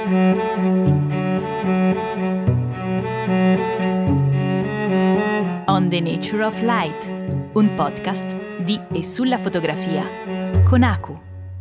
On the Nature of Light, un podcast di e sulla fotografia con Aku.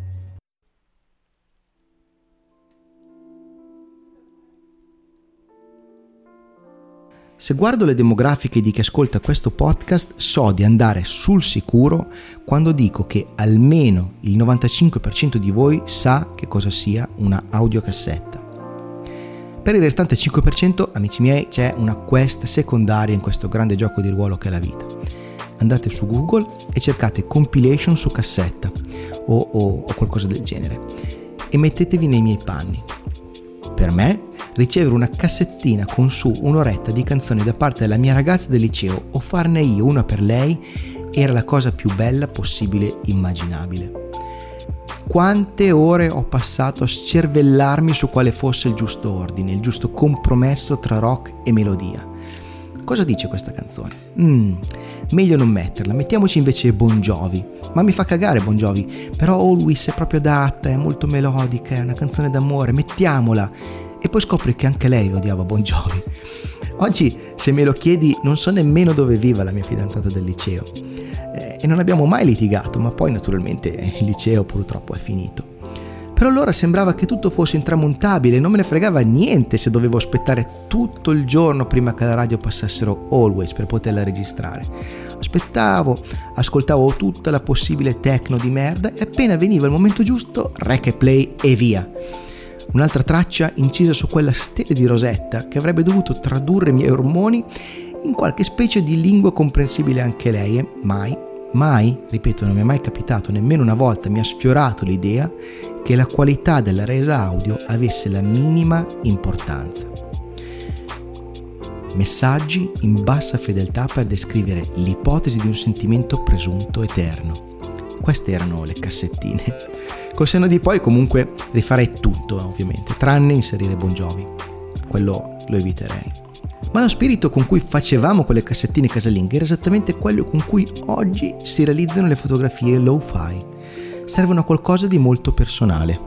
Se guardo le demografiche di chi ascolta questo podcast, so di andare sul sicuro quando dico che almeno il 95% di voi sa che cosa sia una audiocassetta. Per il restante 5%, amici miei, c'è una quest secondaria in questo grande gioco di ruolo che è la vita. Andate su Google e cercate compilation su cassetta o qualcosa del genere e mettetevi nei miei panni. Per me, ricevere una cassettina con su un'oretta di canzoni da parte della mia ragazza del liceo o farne io una per lei era la cosa più bella possibile immaginabile. Quante ore ho passato a scervellarmi su quale fosse il giusto ordine, il giusto compromesso tra rock e melodia. Cosa dice questa canzone? Meglio non metterla, mettiamoci invece Bon Jovi. Ma mi fa cagare Bon Jovi, però Always è proprio adatta, è molto melodica, è una canzone d'amore, mettiamola. E poi scopri che anche lei odiava Bon Jovi. Oggi, se me lo chiedi, non so nemmeno dove viva la mia fidanzata del liceo. E non abbiamo mai litigato, ma poi naturalmente il liceo purtroppo è finito. Però allora sembrava che tutto fosse intramontabile, non me ne fregava niente se dovevo aspettare tutto il giorno prima che la radio passassero Always per poterla registrare. Aspettavo, ascoltavo tutta la possibile techno di merda e appena veniva il momento giusto, rec e play e via. Un'altra traccia incisa su quella stele di rosetta che avrebbe dovuto tradurre i miei ormoni in qualche specie di lingua comprensibile anche lei e mai, ripeto, non mi è mai capitato, nemmeno una volta mi ha sfiorato l'idea che la qualità della resa audio avesse la minima importanza. Messaggi in bassa fedeltà per descrivere l'ipotesi di un sentimento presunto eterno. Queste erano le cassettine. Col senno di poi comunque rifarei tutto, ovviamente, tranne inserire Bon Jovi. Quello lo eviterei. Ma lo spirito con cui facevamo quelle cassettine casalinghe era esattamente quello con cui oggi si realizzano le fotografie lo-fi. Servono a qualcosa di molto personale.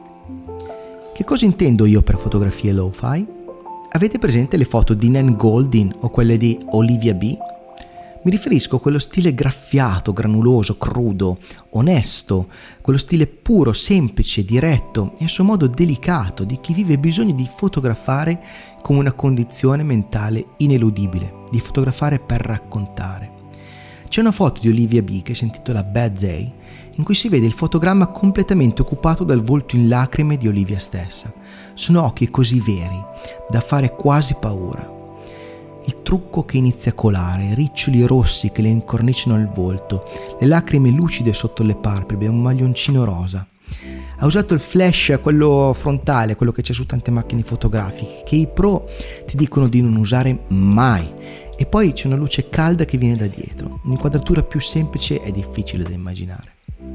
Che cosa intendo io per fotografie lo-fi? Avete presente le foto di Nan Goldin o quelle di Olivia B? Mi riferisco a quello stile graffiato, granuloso, crudo, onesto, quello stile puro, semplice, diretto e a suo modo delicato di chi vive bisogno di fotografare come una condizione mentale ineludibile, di fotografare per raccontare. C'è una foto di Olivia B che si intitola Bad Day, in cui si vede il fotogramma completamente occupato dal volto in lacrime di Olivia stessa. Sono occhi così veri da fare quasi paura. Il trucco che inizia a colare, riccioli rossi che le incorniciano il volto, le lacrime lucide sotto le palpebre, un maglioncino rosa. Ha usato il flash, quello frontale, quello che c'è su tante macchine fotografiche, che i pro ti dicono di non usare mai. E poi c'è una luce calda che viene da dietro. Un'inquadratura più semplice è difficile da immaginare.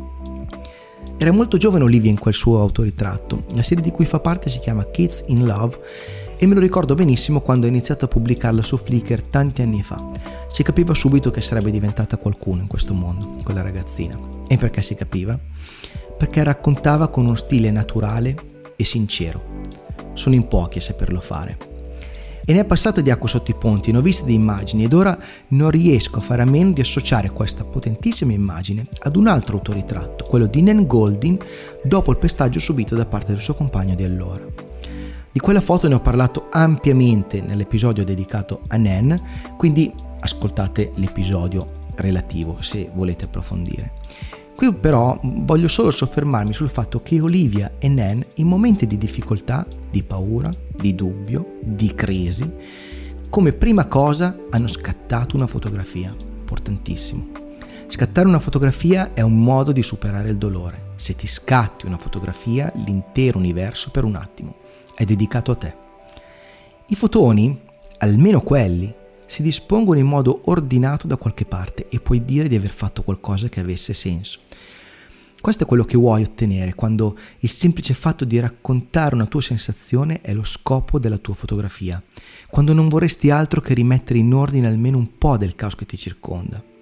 Era molto giovane Olivia in quel suo autoritratto. La serie di cui fa parte si chiama Kids in Love e me lo ricordo benissimo quando ho iniziato a pubblicarla su Flickr tanti anni fa. Si capiva subito che sarebbe diventata qualcuno in questo mondo, quella ragazzina. E perché si capiva? Perché raccontava con uno stile naturale e sincero. Sono in pochi a saperlo fare. E ne è passata di acqua sotto i ponti, ne ho viste di immagini ed ora non riesco a fare a meno di associare questa potentissima immagine ad un altro autoritratto, quello di Nan Goldin dopo il pestaggio subito da parte del suo compagno di allora. Di quella foto ne ho parlato ampiamente nell'episodio dedicato a Nan, quindi ascoltate l'episodio relativo se volete approfondire. Qui però voglio solo soffermarmi sul fatto che Olivia e Nan in momenti di difficoltà, di paura, di dubbio, di crisi, come prima cosa hanno scattato una fotografia. Importantissimo. Scattare una fotografia è un modo di superare il dolore. Se ti scatti una fotografia, l'intero universo per un attimo è dedicato a te. I fotoni, almeno quelli, si dispongono in modo ordinato da qualche parte e puoi dire di aver fatto qualcosa che avesse senso. Questo è quello che vuoi ottenere quando il semplice fatto di raccontare una tua sensazione è lo scopo della tua fotografia, quando non vorresti altro che rimettere in ordine almeno un po' del caos che ti circonda.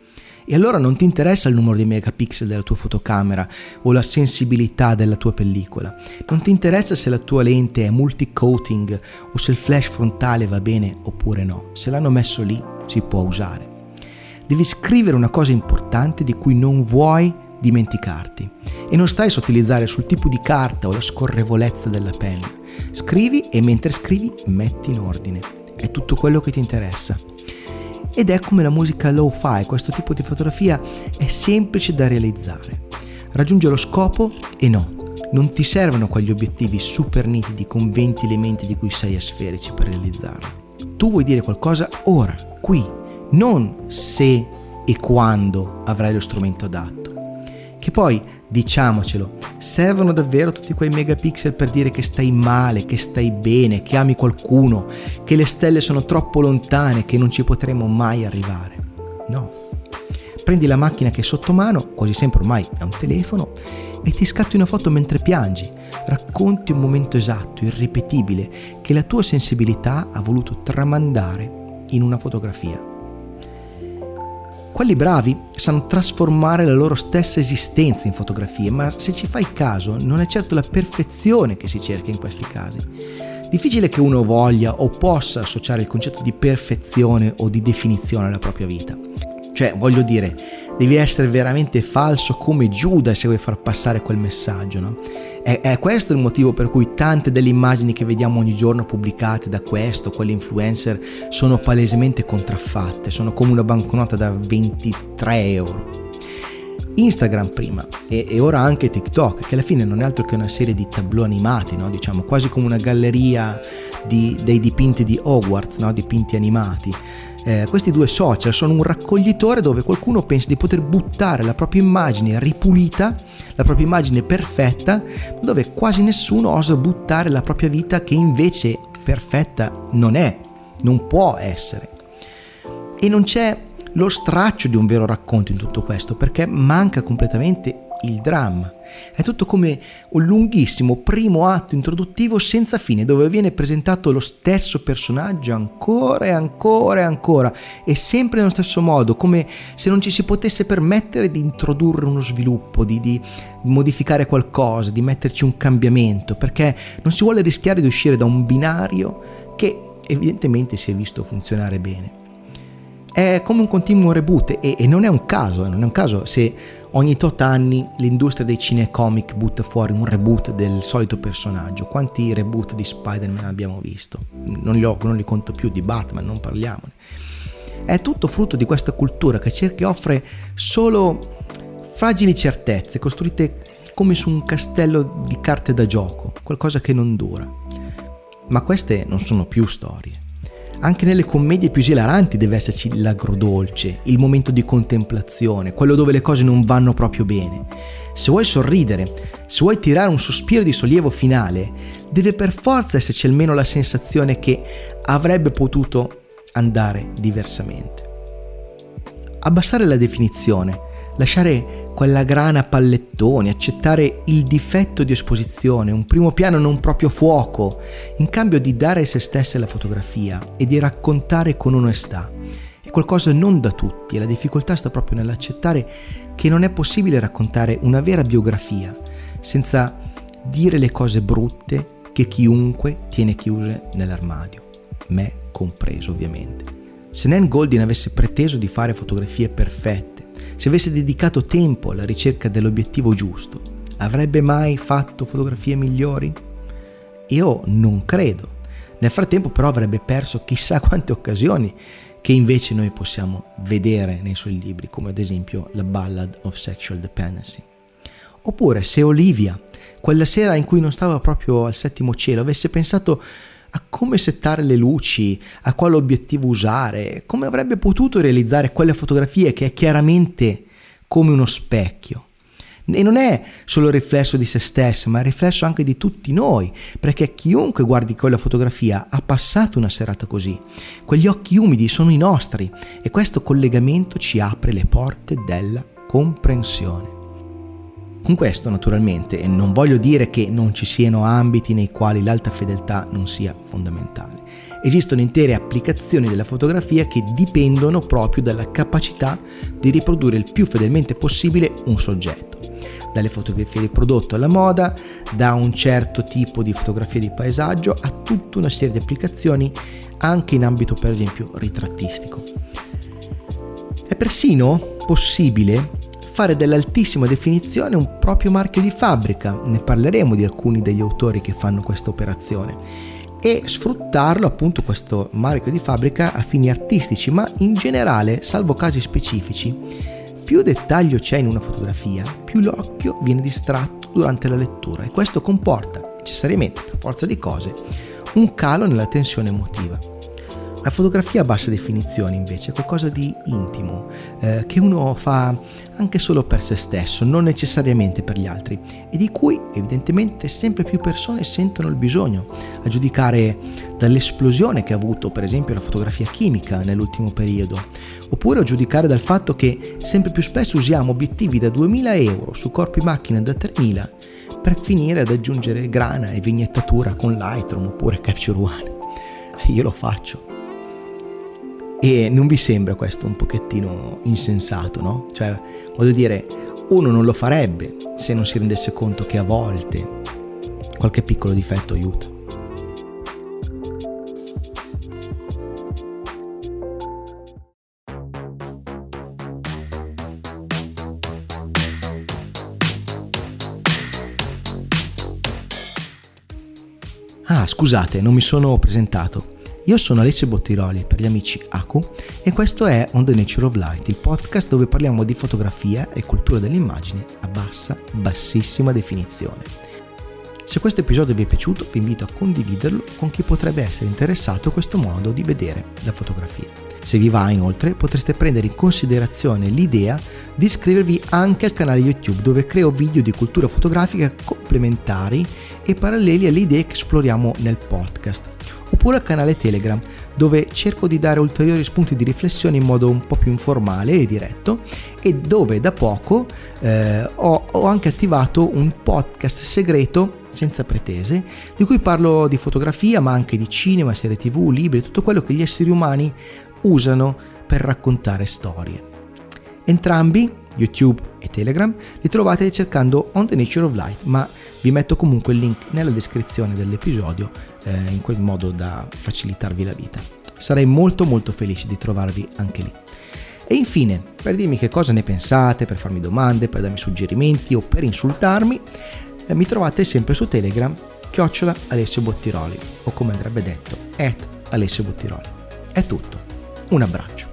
E allora non ti interessa il numero di megapixel della tua fotocamera o la sensibilità della tua pellicola. Non ti interessa se la tua lente è multi-coating o se il flash frontale va bene oppure no. Se l'hanno messo lì, si può usare. Devi scrivere una cosa importante di cui non vuoi dimenticarti e non stai a sottilizzare sul tipo di carta o la scorrevolezza della penna. Scrivi e mentre scrivi metti in ordine. È tutto quello che ti interessa. Ed è come la musica lo-fi, questo tipo di fotografia è semplice da realizzare. Raggiunge lo scopo e non ti servono quegli obiettivi super nitidi con 20 elementi di cui 6 asferici per realizzarli. Tu vuoi dire qualcosa ora, qui, non se e quando avrai lo strumento adatto. Che poi, diciamocelo, servono davvero tutti quei megapixel per dire che stai male, che stai bene, che ami qualcuno, che le stelle sono troppo lontane, che non ci potremo mai arrivare. No. Prendi la macchina che è sotto mano, quasi sempre ormai è un telefono, e ti scatti una foto mentre piangi. Racconti un momento esatto, irripetibile, che la tua sensibilità ha voluto tramandare in una fotografia. Quelli bravi sanno trasformare la loro stessa esistenza in fotografie, ma se ci fai caso non è certo la perfezione che si cerca in questi casi. Difficile che uno voglia o possa associare il concetto di perfezione o di definizione alla propria vita. Cioè, voglio dire, devi essere veramente falso come Giuda se vuoi far passare quel messaggio, no? È questo il motivo per cui tante delle immagini che vediamo ogni giorno pubblicate da questo, quell'influencer, sono palesemente contraffatte, sono come una banconota da 23 euro. Instagram prima e ora anche TikTok, che alla fine non è altro che una serie di tableau animati, no? Diciamo quasi come una galleria dei dipinti di Hogwarts, no? Dipinti animati. Questi due social sono un raccoglitore dove qualcuno pensa di poter buttare la propria immagine ripulita, la propria immagine perfetta, dove quasi nessuno osa buttare la propria vita che invece perfetta non è, non può essere. E non c'è lo straccio di un vero racconto in tutto questo, perché manca completamente il dramma. È tutto come un lunghissimo primo atto introduttivo senza fine, dove viene presentato lo stesso personaggio ancora e ancora e ancora, e sempre nello stesso modo, come se non ci si potesse permettere di introdurre uno sviluppo, di modificare qualcosa, di metterci un cambiamento, perché non si vuole rischiare di uscire da un binario che evidentemente si è visto funzionare bene. È come un continuo reboot e non è un caso se ogni tot anni l'industria dei cinecomic butta fuori un reboot del solito personaggio. Quanti reboot di Spider-Man abbiamo visto? Non li conto più, di Batman non parliamone. È tutto frutto di questa cultura che cerca e offre solo fragili certezze costruite come su un castello di carte da gioco, qualcosa che non dura. Ma queste non sono più storie. Anche nelle commedie più esilaranti deve esserci l'agrodolce, il momento di contemplazione, quello dove le cose non vanno proprio bene. Se vuoi sorridere, se vuoi tirare un sospiro di sollievo finale, deve per forza esserci almeno la sensazione che avrebbe potuto andare diversamente. Abbassare la definizione, lasciare quella grana a pallettoni, accettare il difetto di esposizione, un primo piano non proprio fuoco, in cambio di dare a se stessa la fotografia e di raccontare con onestà. È qualcosa non da tutti e la difficoltà sta proprio nell'accettare che non è possibile raccontare una vera biografia senza dire le cose brutte che chiunque tiene chiuse nell'armadio, me compreso ovviamente. Se Nan Goldin avesse preteso di fare fotografie perfette, se avesse dedicato tempo alla ricerca dell'obiettivo giusto, avrebbe mai fatto fotografie migliori? Io non credo. Nel frattempo però avrebbe perso chissà quante occasioni che invece noi possiamo vedere nei suoi libri, come ad esempio la Ballad of Sexual Dependency. Oppure se Olivia, quella sera in cui non stava proprio al settimo cielo, avesse pensato a come settare le luci, a quale obiettivo usare, come avrebbe potuto realizzare quelle fotografie che è chiaramente come uno specchio. E non è solo il riflesso di se stessa, ma il riflesso anche di tutti noi, perché chiunque guardi quella fotografia ha passato una serata così. Quegli occhi umidi sono i nostri e questo collegamento ci apre le porte della comprensione. Con questo naturalmente non voglio dire che non ci siano ambiti nei quali l'alta fedeltà non sia fondamentale. Esistono intere applicazioni della fotografia che dipendono proprio dalla capacità di riprodurre il più fedelmente possibile un soggetto. Dalle fotografie di prodotto alla moda, da un certo tipo di fotografia di paesaggio a tutta una serie di applicazioni anche in ambito per esempio ritrattistico. È persino possibile fare dell'altissima definizione un proprio marchio di fabbrica, ne parleremo di alcuni degli autori che fanno questa operazione, e sfruttarlo appunto questo marchio di fabbrica a fini artistici, ma in generale, salvo casi specifici, più dettaglio c'è in una fotografia, più l'occhio viene distratto durante la lettura e questo comporta necessariamente, per forza di cose, un calo nella tensione emotiva. La fotografia a bassa definizione invece è qualcosa di intimo, che uno fa anche solo per se stesso, non necessariamente per gli altri, e di cui evidentemente sempre più persone sentono il bisogno, a giudicare dall'esplosione che ha avuto per esempio la fotografia chimica nell'ultimo periodo, oppure a giudicare dal fatto che sempre più spesso usiamo obiettivi da 2.000 euro su corpi macchina da 3.000 per finire ad aggiungere grana e vignettatura con Lightroom oppure Capture One. Io lo faccio. E non vi sembra questo un pochettino insensato, no? Cioè, voglio dire, uno non lo farebbe se non si rendesse conto che a volte qualche piccolo difetto aiuta. Ah, scusate, non mi sono presentato. Io sono Alessio Bottiroli per gli amici Aku e questo è On the Nature of Light, il podcast dove parliamo di fotografia e cultura dell'immagine a bassissima definizione. Se questo episodio vi è piaciuto, vi invito a condividerlo con chi potrebbe essere interessato a questo modo di vedere la fotografia. Se vi va, inoltre, potreste prendere in considerazione l'idea di iscrivervi anche al canale YouTube dove creo video di cultura fotografica complementari e paralleli alle idee che esploriamo nel podcast, oppure al canale Telegram dove cerco di dare ulteriori spunti di riflessione in modo un po' più informale e diretto e dove da poco ho anche attivato un podcast segreto senza pretese di cui parlo di fotografia ma anche di cinema, serie tv, libri, tutto quello che gli esseri umani usano per raccontare storie. Entrambi, YouTube e Telegram, li trovate cercando On the Nature of Light, ma vi metto comunque il link nella descrizione dell'episodio in quel modo da facilitarvi la vita. Sarei molto felice di trovarvi anche lì. E infine, per dirmi che cosa ne pensate, per farmi domande, per darmi suggerimenti o per insultarmi, mi trovate sempre su Telegram @Alessio Bottiroli o come andrebbe detto @Alessio Bottiroli. È tutto, un abbraccio.